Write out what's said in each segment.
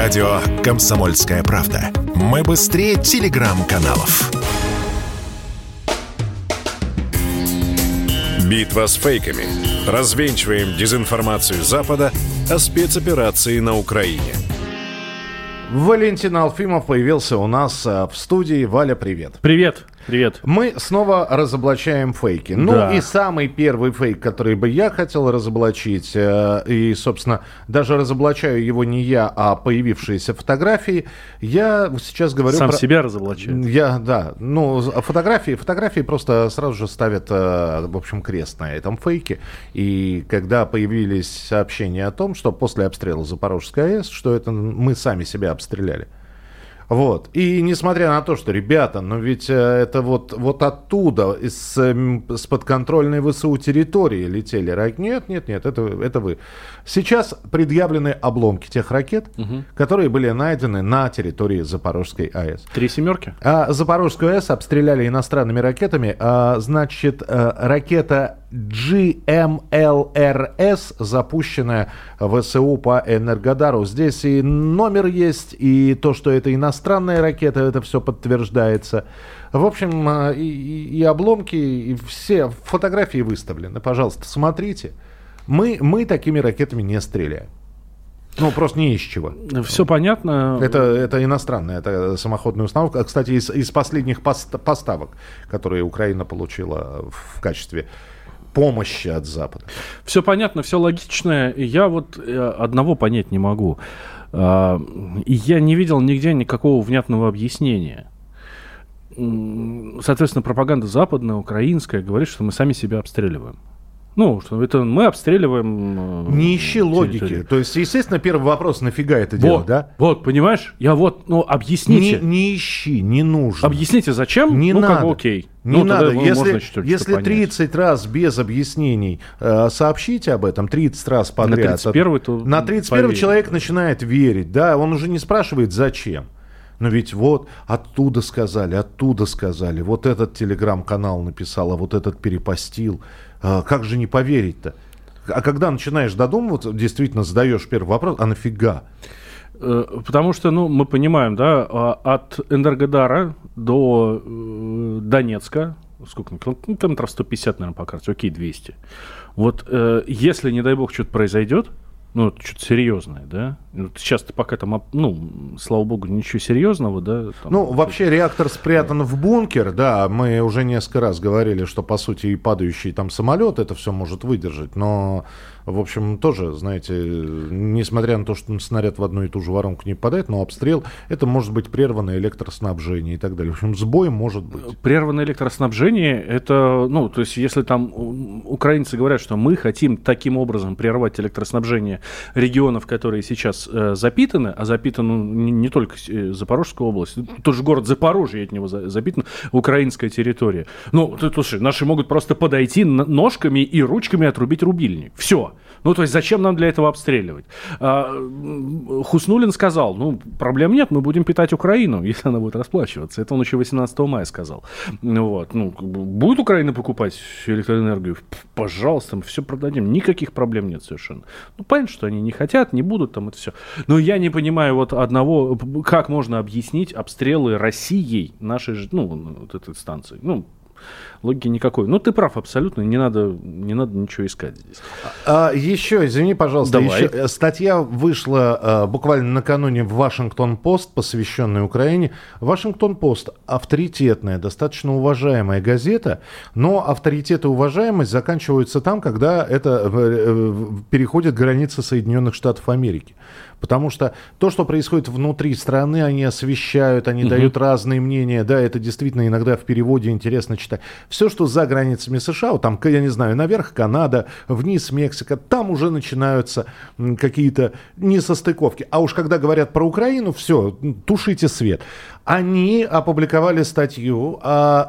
Радио «Комсомольская правда». Мы быстрее телеграм-каналов. Битва с фейками. Развенчиваем дезинформацию Запада о спецоперации на Украине. Валентин Алфимов появился у нас в студии. Валя, привет. Привет. Привет. Мы снова разоблачаем фейки. Да. Ну и самый первый фейк, который бы я хотел разоблачить, и, собственно, даже разоблачаю его не я, а появившиеся фотографии, я сейчас говорю Сам про... себя разоблачает. Фотографии просто сразу же ставят, в общем, крест на этом фейке. И когда появились сообщения о том, что после обстрела Запорожской АЭС, что это мы сами себя обстреляли. Вот. И несмотря на то, что, ребята, но ведь это вот оттуда, с подконтрольной ВСУ территории летели ракеты. Нет, это вы. Сейчас предъявлены обломки тех ракет, которые были найдены на территории Запорожской АЭС. 3 семерки? Запорожскую АЭС обстреляли иностранными ракетами. Значит, ракета GMLRS, запущенная ВСУ по Энергодару. Здесь и номер есть, и то, что это иностранная ракета, это все подтверждается. В общем, и обломки, и все фотографии выставлены. Пожалуйста, смотрите. Мы такими ракетами не стреляем. Ну, просто не из чего. Все понятно. Это иностранная, это самоходная установка. Кстати, из последних поставок, которые Украина получила в качестве помощи от Запада. Все понятно, все логично. Я вот одного понять не могу. Я не видел нигде никакого внятного объяснения. Соответственно, пропаганда западная, украинская говорит, что мы сами себя обстреливаем. Ну, что это мы обстреливаем... Не ищи логики. Территорию. То есть, естественно, первый вопрос, нафига это делать, да? Вот, понимаешь? Объясните. Не ищи, не нужно. Объясните, зачем? Не надо. Как бы окей. Не надо. Можно Если 30 раз без объяснений сообщите об этом, 30 раз подряд. На 31-й, то на 31-й человек начинает верить, да, он уже не спрашивает, зачем. Но ведь вот оттуда сказали, вот этот телеграм-канал написал, а вот этот перепостил. Как же не поверить-то? А когда начинаешь додумываться, действительно задаешь первый вопрос, а нафига? Потому что, мы понимаем, да, от Энергодара до Донецка, сколько, километров 150, наверное, по карте, окей, 200. Вот если, не дай бог, что-то произойдет, что-то серьезное, да? Сейчас-то пока там, слава богу, ничего серьезного, да? Вообще реактор спрятан в бункер, да, мы уже несколько раз говорили, что, по сути, и падающий там самолет это все может выдержать, но, в общем, тоже, знаете, несмотря на то, что снаряд в одну и ту же воронку не попадает, но обстрел, это может быть прерванное электроснабжение и так далее. В общем, сбой может быть. Прерванное электроснабжение, это, то есть, если там украинцы говорят, что мы хотим таким образом прервать электроснабжение регионов, которые сейчас запитаны, а запитаны не только Запорожская область, тоже город Запорожье от него запитан, украинская территория. Слушай, наши могут просто подойти ножками и ручками отрубить рубильник. Все. То есть, зачем нам для этого обстреливать? Хуснуллин сказал, проблем нет, мы будем питать Украину, если она будет расплачиваться. Это он еще 18 мая сказал. Будет Украина покупать электроэнергию? Пожалуйста, мы все продадим. Никаких проблем нет совершенно. Понятно, что они не хотят, не будут там это все. Но я не понимаю одного, как можно объяснить обстрелы Россией нашей же, этой станции. Логики никакой. Ты прав абсолютно, не надо ничего искать здесь. Еще, извини, пожалуйста, Давай. Статья вышла буквально накануне в Вашингтон-Пост, посвященная Украине. Вашингтон-Пост авторитетная, достаточно уважаемая газета, но авторитет и уважаемость заканчиваются там, когда это переходит границы Соединенных Штатов Америки. Потому что то, что происходит внутри страны, они освещают, они дают разные мнения. Да, это действительно иногда в переводе интересно читать. Все, что за границами США, там, я не знаю, наверх Канада, вниз Мексика, там уже начинаются какие-то несостыковки. А уж когда говорят про Украину, все, тушите свет. Они опубликовали статью о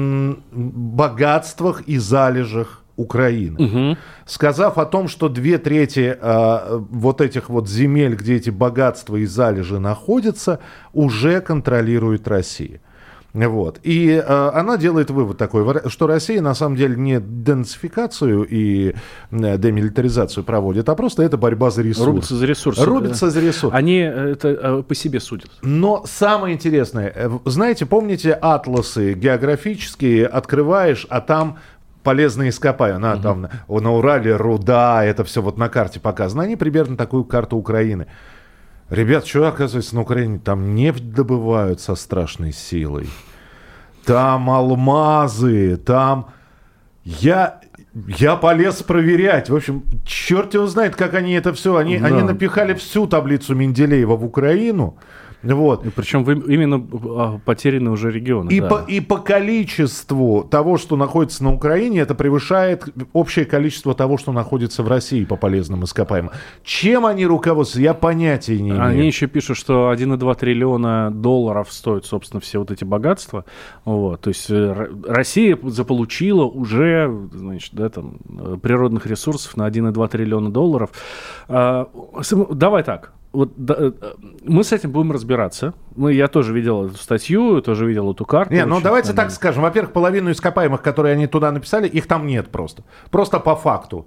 богатствах и залежах Украины, сказав о том, что 2/3 вот этих вот земель, где эти богатства и залежи находятся, уже контролирует Россия. Вот. И она делает вывод такой, что Россия на самом деле не денацификацию и демилитаризацию проводит, а просто это борьба за ресурсы. Рубятся за ресурсы. Рубятся за ресурсы. Они это по себе судят. Но самое интересное, знаете, помните атласы географические, открываешь, а там полезные ископаемые, там на Урале руда, это все вот на карте показано. Они примерно такую карту Украины. Ребят, что оказывается на Украине? Там нефть добывают со страшной силой. Там алмазы, там... Я полез проверять. В общем, черт его знает, как они это все... Они напихали всю таблицу Менделеева в Украину. Вот. И причем именно потеряны уже регионы. И по количеству того, что находится на Украине, это превышает общее количество того, что находится в России по полезным ископаемым. Чем они руководствуются, я понятия не имею. Они еще пишут, что 1,2 триллиона долларов стоят, собственно, все вот эти богатства. Вот. То есть Россия заполучила уже, значит, природных ресурсов на 1,2 триллиона долларов. Давай так. Вот, мы с этим будем разбираться. Я тоже видел эту статью, тоже видел эту карту. Давайте так скажем. Во-первых, половину ископаемых, которые они туда написали, их там нет просто. Просто по факту.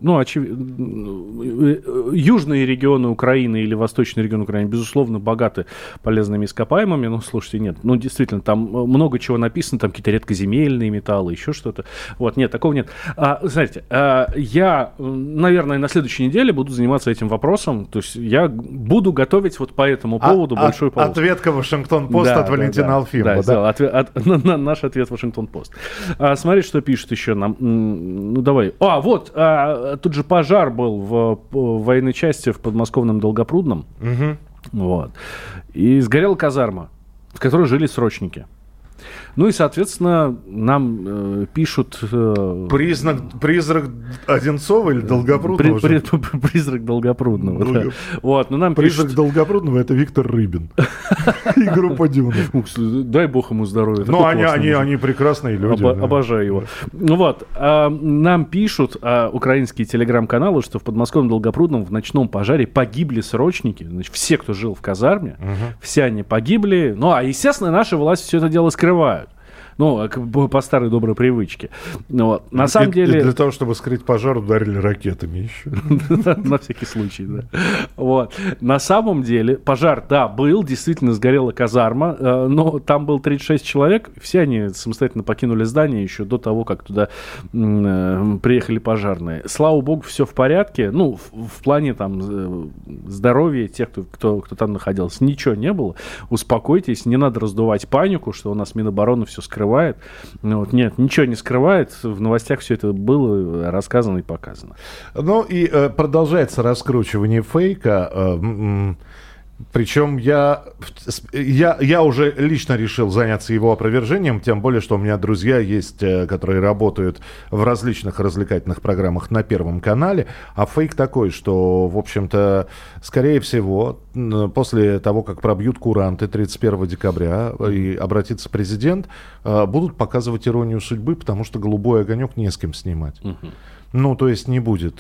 Южные регионы Украины или восточные регионы Украины, безусловно, богаты полезными ископаемыми. Слушайте, нет. Действительно, там много чего написано, там какие-то редкоземельные металлы, еще что-то. Вот, нет, такого нет. Знаете, я, наверное, на следующей неделе буду заниматься этим вопросом. То есть я буду готовить вот по этому поводу большой повод. Ответка Вашингтон-Пост от Валентина Алфимова. Да, наш ответ Вашингтон-Пост. Смотри, что пишет еще нам. Давай. Тут же пожар был в военной части в подмосковном Долгопрудном. Угу. Вот. И сгорела казарма, в которой жили срочники. И, соответственно, нам пишут... Призрак Одинцова или Долгопрудного? Призрак Долгопрудного, да. Вот, нам призрак Долгопрудного — это Виктор Рыбин и группа Дюна. Дай бог ему здоровья. Они прекрасные люди. Обожаю его. Нам пишут украинские телеграм-каналы, что в подмосковном Долгопрудном в ночном пожаре погибли срочники. Значит, все, кто жил в казарме, все они погибли. Естественно, наши власти все это дело скрывают. По старой доброй привычке. На самом деле... И для того, чтобы скрыть пожар, ударили ракетами еще. На всякий случай, да. Вот. На самом деле пожар, да, был, действительно сгорела казарма, но там было 36 человек, все они самостоятельно покинули здание еще до того, как туда приехали пожарные. Слава богу, все в порядке. В плане там здоровья тех, кто там находился, ничего не было. Успокойтесь, не надо раздувать панику, что у нас Минобороны все скрывает. Нет, ничего не скрывает. В новостях все это было рассказано и показано. И продолжается раскручивание фейка. Причем я уже лично решил заняться его опровержением, тем более, что у меня друзья есть, которые работают в различных развлекательных программах на Первом канале, а фейк такой, что, в общем-то, скорее всего, после того, как пробьют куранты 31 декабря и обратится президент, будут показывать «Иронию судьбы», потому что «Голубой огонек» не с кем снимать. То есть не будет.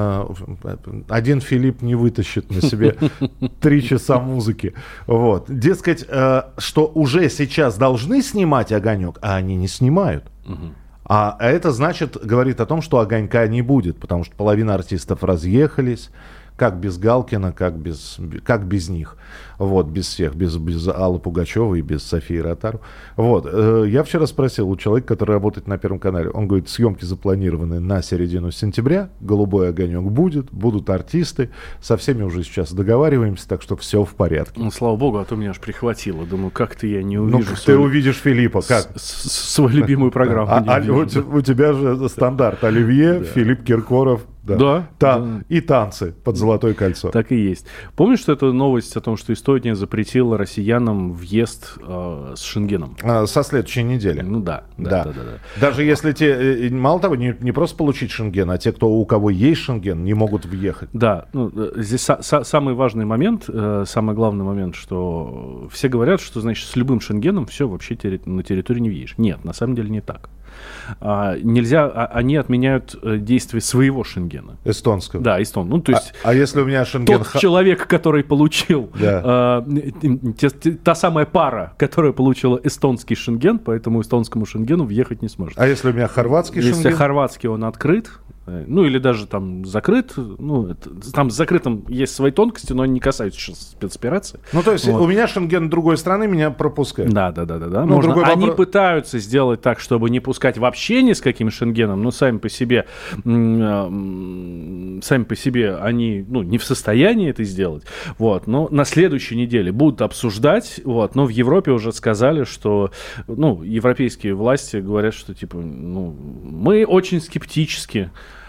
Один Филипп не вытащит на себе 3 часа музыки. Вот. Дескать, что уже сейчас должны снимать «Огонек», а они не снимают. А это значит, говорит о том, что «Огонька» не будет, потому что половина артистов разъехались. Как без Галкина, как без них. Вот, без всех, без Аллы Пугачевой и без Софии Ротару. Вот, я вчера спросил у человека, который работает на Первом канале, он говорит, съемки запланированы на середину сентября, «Голубой огонек» будут артисты, со всеми уже сейчас договариваемся, так что все в порядке. Слава богу, а то меня аж прихватило. Думаю, как-то я не увижу. Ты увидишь Филиппа, как? Свою любимую программу. У тебя же стандарт: Оливье, Филипп Киркоров. Да. И танцы под «Золотое кольцо». Так и есть. Помнишь, что это новость о том, что Эстония запретила россиянам въезд с Шенгеном? Со следующей недели. Да. Даже если мало того, не просто получить Шенген, а те, у кого есть Шенген, не могут въехать. Да. Здесь самый важный момент, самый главный момент, что все говорят, что, значит, с любым Шенгеном все вообще на территории не въедешь. Нет, на самом деле не так. они отменяют действие своего Шенгена. Эстонского. Да, эстонского. Ну, то есть если у меня Шенген... Тот человек, который получил... Да. Та самая пара, которая получила эстонский Шенген, по этому эстонскому Шенгену въехать не сможет. А если у меня хорватский Шенген? Если хорватский он открыт, ну или даже там закрыт, ну, там с закрытым есть свои тонкости, но они не касаются сейчас спецоперации. Ну, то есть у меня Шенген другой страны, меня пропускают. Да. Они пытаются сделать так, чтобы не пускать вообще ни с каким Шенгеном, но сами по себе они, ну, не в состоянии это сделать. Вот. Но на следующей неделе будут обсуждать, вот, но в Европе уже сказали, что, ну, европейские власти говорят, что, типа, ну, мы очень скептически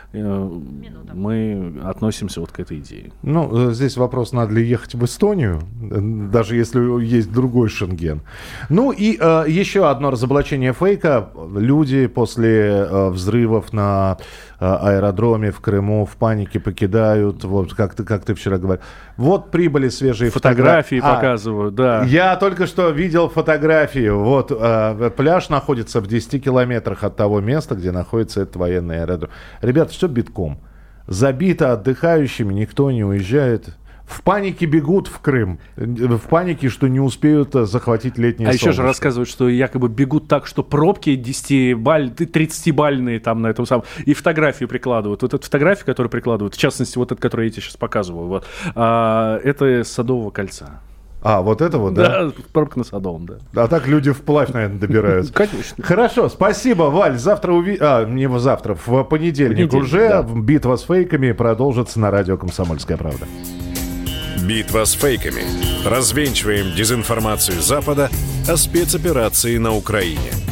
мы относимся вот к этой идее. Ну, здесь вопрос, надо ли ехать в Эстонию, даже если есть другой Шенген. Ну и еще одно разоблачение фейка. Люди после взрывов на аэродроме в Крыму в панике покидают, вот как ты вчера говорил. Вот прибыли свежие фотографии показывают, да. Я только что видел фотографии. Вот пляж находится в 10 километрах от того места, где находится этот военный аэродром. Ребята, все битком. Забито отдыхающими, никто не уезжает. В панике бегут в Крым. В панике, что не успеют захватить летнее солнышко. А еще же рассказывают, что якобы бегут так, что пробки 30-бальные там на этом самом... И фотографии прикладывают. Вот эта фотография, которую прикладывают, в частности, вот эта, которую я тебе сейчас показываю, вот, это с Садового кольца. А, вот это вот, да? Да, пробка на Садовом, да. А так люди вплавь, наверное, добираются. Конечно. Хорошо, спасибо, Валь. Завтра не завтра, в понедельник уже да. Битва с фейками продолжится на радио «Комсомольская правда». Битва с фейками. Развенчиваем дезинформацию Запада о спецоперации на Украине.